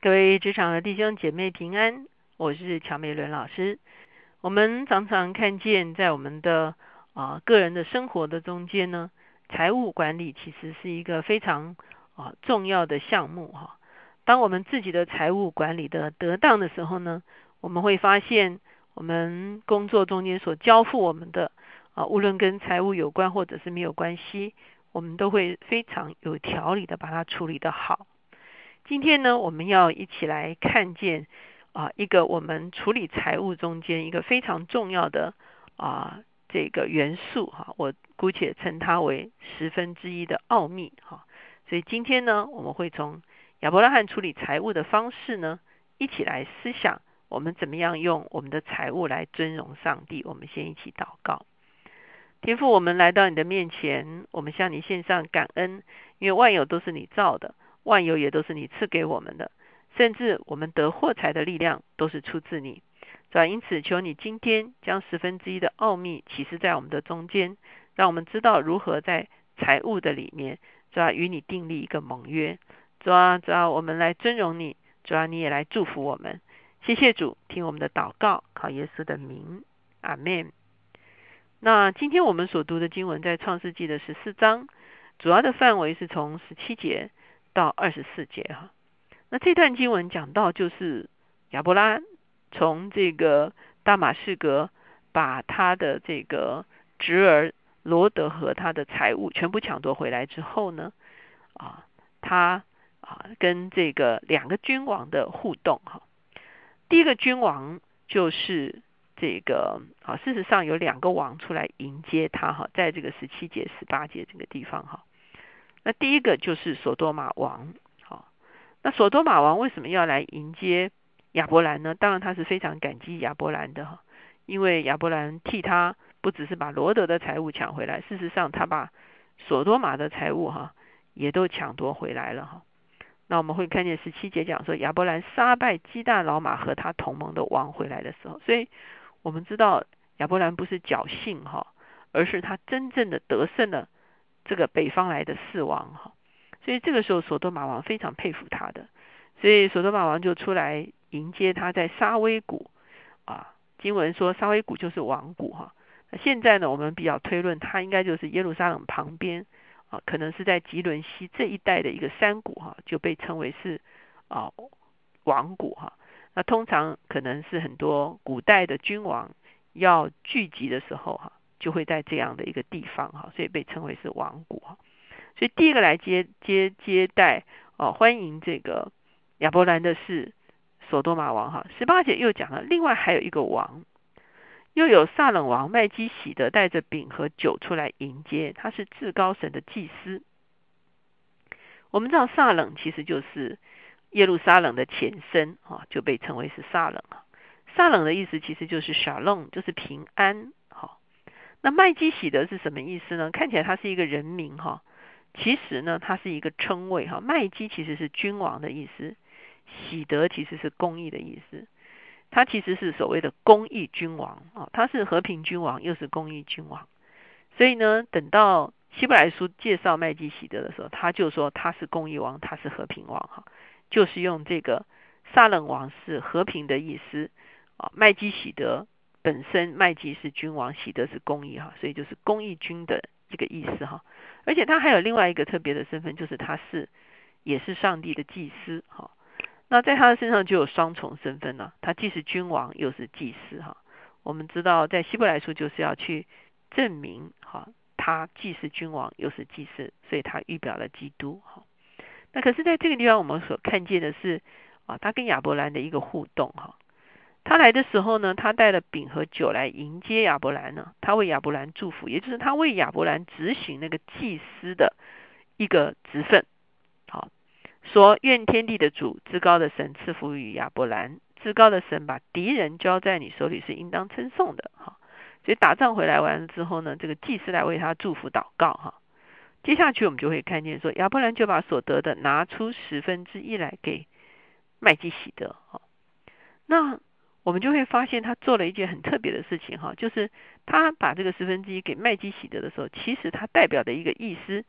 各位职场的弟兄姐妹平安，我是乔美伦老师。我们常常看见在我们的个人的生活的中间呢，财务管理其实是一个非常重要的项目哈。当我们自己的财务管理的得当的时候呢，我们会发现我们工作中间所交付我们的无论跟财务有关或者是没有关系，我们都会非常有条理的把它处理得好。今天呢，我们要一起来看见一个我们处理财务中间一个非常重要的这个元素我姑且称它为1/10的奥秘所以今天呢，我们会从亚伯拉罕处理财务的方式呢，一起来思想我们怎么样用我们的财务来尊荣上帝。我们先一起祷告。天父，我们来到你的面前，我们向你献上感恩，因为万有都是你造的，万有也都是你赐给我们的，甚至我们得获财的力量都是出自你。主啊，因此求你今天将1/10的奥秘启示在我们的中间，让我们知道如何在财务的里面，主啊，与你订立一个盟约。主啊，我们来尊荣你，主啊，你也来祝福我们。谢谢主，听我们的祷告，靠耶稣的名，阿们。那今天我们所读的经文在创世纪的14章，主要的范围是从17节到24节那这段经文讲到就是亚伯拉从这个大马士革把他的这个侄儿罗德和他的财物全部抢夺回来之后呢，他跟这个2个君王的互动第一个君王就是这个事实上有2个王出来迎接他在这个17节18节这个地方那第一个就是所多玛王那所多玛王为什么要来迎接亚伯兰呢？当然他是非常感激亚伯兰的因为亚伯兰替他不只是把罗德的财物抢回来，事实上他把所多玛的财物也都抢夺回来了那我们会看见17节讲说亚伯兰杀败基大老马和他同盟的王回来的时候，所以我们知道亚伯兰不是侥幸而是他真正的得胜了这个北方来的4王所以这个时候所多玛王非常佩服他的，所以所多玛王就出来迎接他在沙威谷经文说沙威谷就是王谷那现在呢我们比较推论他应该就是耶路撒冷旁边可能是在吉伦西这一带的一个山谷就被称为是王谷那通常可能是很多古代的君王要聚集的时候就会在这样的一个地方所以被称为是王谷所以第一个来接待欢迎这个亚伯兰的是所多玛王18节又讲了另外还有一个王，又有撒冷王麦基洗德带着饼和酒出来迎接，他是至高神的祭司。我们知道撒冷其实就是耶路撒冷的前身就被称为是撒冷撒冷的意思其实就是 shalom， 就是平安那麦基洗德是什么意思呢？看起来他是一个人名其实呢他是一个称谓麦基其实是君王的意思，洗德其实是公义的意思，他其实是所谓的公义君王他是和平君王又是公义君王。所以呢等到希伯来书介绍麦基洗德的时候，他就说他是公义王，他是和平王就是用这个撒冷王是和平的意思麦基洗德本身麦基是君王，洗德是公义所以就是公义君的这个意思而且他还有另外一个特别的身份，就是他也是上帝的祭司那在他的身上就有双重身份他既是君王又是祭司我们知道在希伯来书就是要去证明他既是君王又是祭司，所以他预表了基督那可是在这个地方我们所看见的是他跟亚伯兰的一个互动他来的时候呢，他带了饼和酒来迎接亚伯兰呢，他为亚伯兰祝福，也就是他为亚伯兰执行那个祭司的一个职分说愿天地的主至高的神赐福于亚伯兰，至高的神把敌人交在你手里是应当称颂的所以打仗回来完了之后呢，这个祭司来为他祝福祷告接下去我们就会看见说亚伯兰就把所得的拿出1/10来给麦基洗德那我们就会发现他做了一件很特别的事情就是他把这个1/10给麦基洗德的时候，其实他代表的一个意思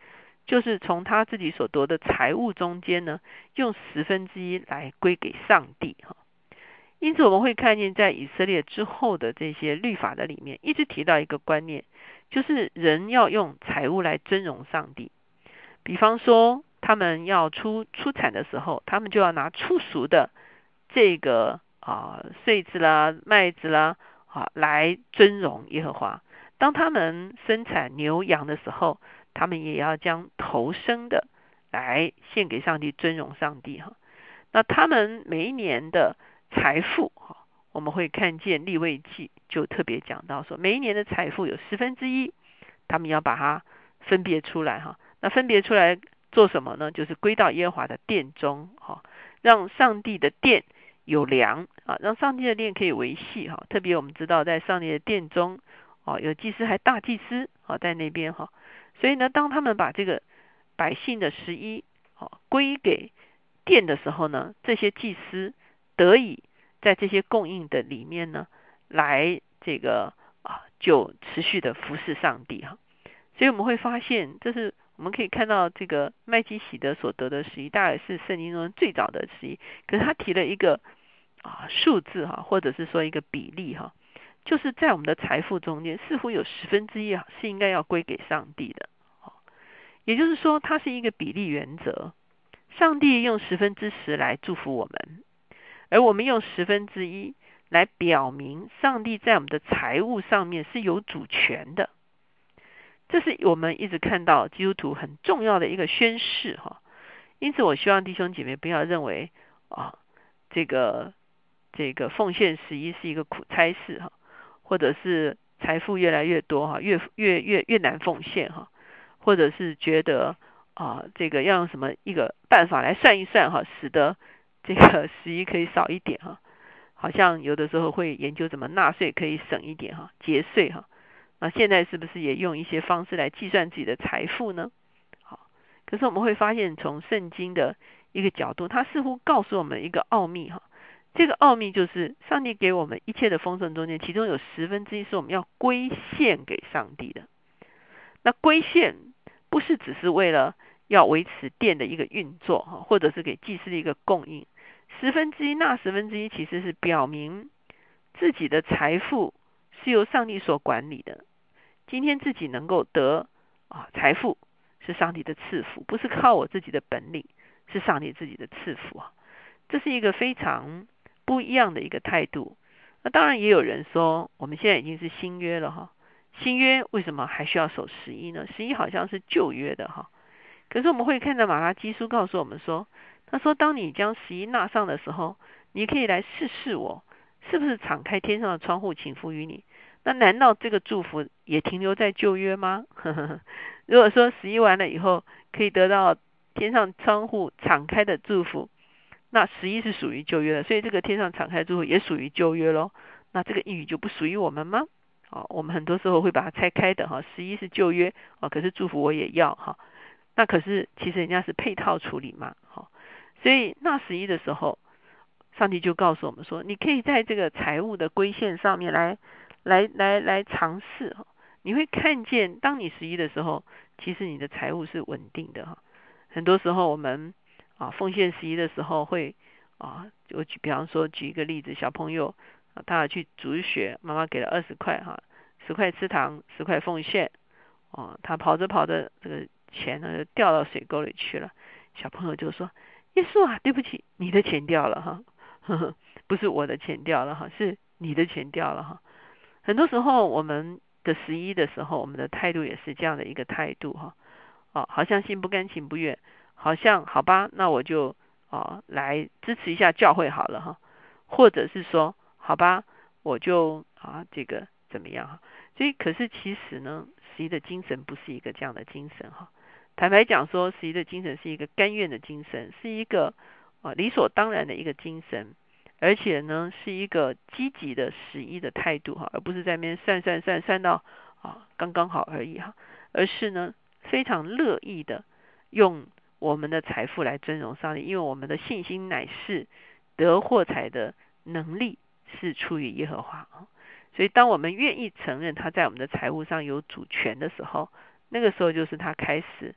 就是从他自己所得的财物中间呢，用1/10来归给上帝哈。因此我们会看见在以色列之后的这些律法的里面，一直提到一个观念，就是人要用财物来尊荣上帝。比方说他们要出产的时候，他们就要拿出熟的这个穗子啦、麦子啦来尊荣耶和华。当他们生产牛羊的时候，他们也要将头生的来献给上帝，尊荣上帝哈。那他们每一年的财富我们会看见利未记就特别讲到说，每一年的财富有1/10，他们要把它分别出来哈。那分别出来做什么呢？就是归到耶和华的殿中让上帝的殿有粮让上帝的殿可以维系特别我们知道在上帝的殿中有祭司还大祭司在那边所以呢，当他们把这个百姓的11归给殿的时候呢，这些祭司得以在这些供应的里面呢，来这个就持续的服侍上帝所以我们会发现，这是我们可以看到这个麦基洗德所得的11，大概是圣经中最早的11，可是他提了一个数字或者是说一个比例就是在我们的财富中间，似乎有1/10是应该要归给上帝的也就是说，它是一个比例原则。上帝用10%来祝福我们，而我们用1/10来表明上帝在我们的财务上面是有主权的。这是我们一直看到基督徒很重要的一个宣誓因此我希望弟兄姐妹不要认为这个奉献11是一个苦差事或者是财富越来越多越难奉献或者是觉得这个要用什么一个办法来算一算使得这个11可以少一点好像有的时候会研究怎么纳税可以省一点节税那现在是不是也用一些方式来计算自己的财富呢？可是我们会发现从圣经的一个角度，它似乎告诉我们一个奥秘这个奥秘就是上帝给我们一切的丰盛中间，其中有1/10是我们要归献给上帝的。那归献不是只是为了要维持殿的一个运作或者是给祭司的一个供应，1/10那1/10其实是表明自己的财富是由上帝所管理的。今天自己能够得财富是上帝的赐福，不是靠我自己的本领，是上帝自己的赐福这是一个非常不一样的一个态度。那当然也有人说，我们现在已经是新约了新约为什么还需要守11呢？11好像是旧约的可是我们会看到马拉基书告诉我们说，他说当你将11纳上的时候，你可以来试试我是不是敞开天上的窗户倾福于你。那难道这个祝福也停留在旧约吗？如果说11完了以后可以得到天上窗户敞开的祝福，那11是属于旧约的，所以这个天上敞开的祝福也属于旧约咯。那这个应许就不属于我们吗？我们很多时候会把它拆开的11是旧约可是祝福我也要那可是其实人家是配套处理嘛所以那11的时候，上帝就告诉我们说，你可以在这个财务的归献上面来尝试你会看见当你11的时候，其实你的财务是稳定的很多时候我们奉献11的时候会就比方说举一个例子，小朋友他要去主学，妈妈给了20块10块吃糖，10块奉献他跑着跑着这个钱呢就掉到水沟里去了。小朋友就说，耶稣对不起，你的钱掉了不是我的钱掉了是你的钱掉了很多时候我们的11的时候，我们的态度也是这样的一个态度好像心不甘情不愿，好像好吧，那我就来支持一下教会好了或者是说好吧，我就这个怎么样所以可是其实呢，11的精神不是一个这样的精神坦白讲说，11的精神是一个甘愿的精神，是一个理所当然的一个精神，而且呢是一个积极的11的态度而不是在那边算到刚刚好而已而是呢非常乐意的用我们的财富来尊荣上帝，因为我们的信心乃是得获财的能力是出于耶和华所以当我们愿意承认他在我们的财务上有主权的时候，那个时候就是他开始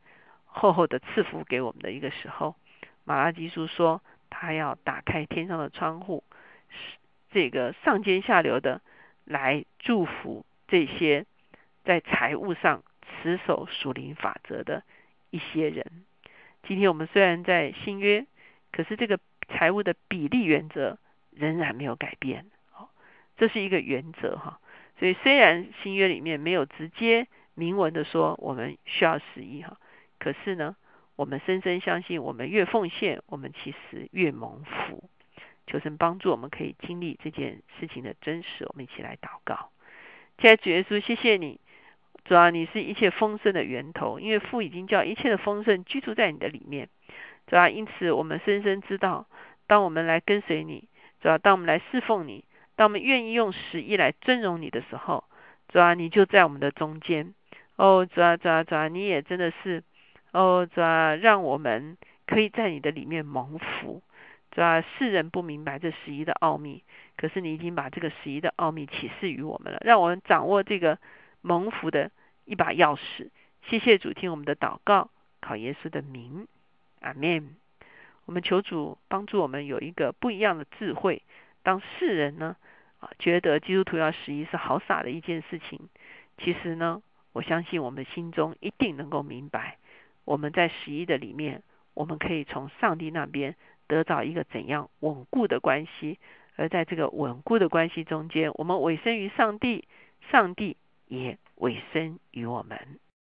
厚厚的赐福给我们的一个时候，马拉基书说他要打开天上的窗户，这个上尖下流的来祝福这些在财务上持守属灵法则的一些人。今天我们虽然在新约，可是这个财务的比例原则仍然没有改变，这是一个原则哈。所以虽然新约里面没有直接明文的说我们需要10亿哈，可是呢，我们深深相信，我们越奉献，我们其实越蒙福。求神帮助我们可以经历这件事情的真实，我们一起来祷告。亲爱的主耶稣，谢谢你，主啊，你是一切丰盛的源头，因为父已经叫一切的丰盛居住在你的里面。主啊，因此我们深深知道，当我们来跟随你，主啊，当我们来侍奉你，当我们愿意用10亿来尊荣你的时候，主啊，你就在我们的中间。哦，主啊，主啊，主啊，你也真的是，哦，主啊，让我们可以在你的里面蒙福。主啊，世人不明白这10亿的奥秘，可是你已经把这个10亿的奥秘启示于我们了，让我们掌握这个蒙福的一把钥匙。谢谢主，听我们的祷告，靠耶稣的名，阿们。我们求主帮助我们有一个不一样的智慧。当世人呢觉得基督徒要10亿是好傻的一件事情，其实呢，我相信我们心中一定能够明白，我们在10亿的里面，我们可以从上帝那边得到一个怎样稳固的关系，而在这个稳固的关系中间，我们委身于上帝，上帝也委身于我们。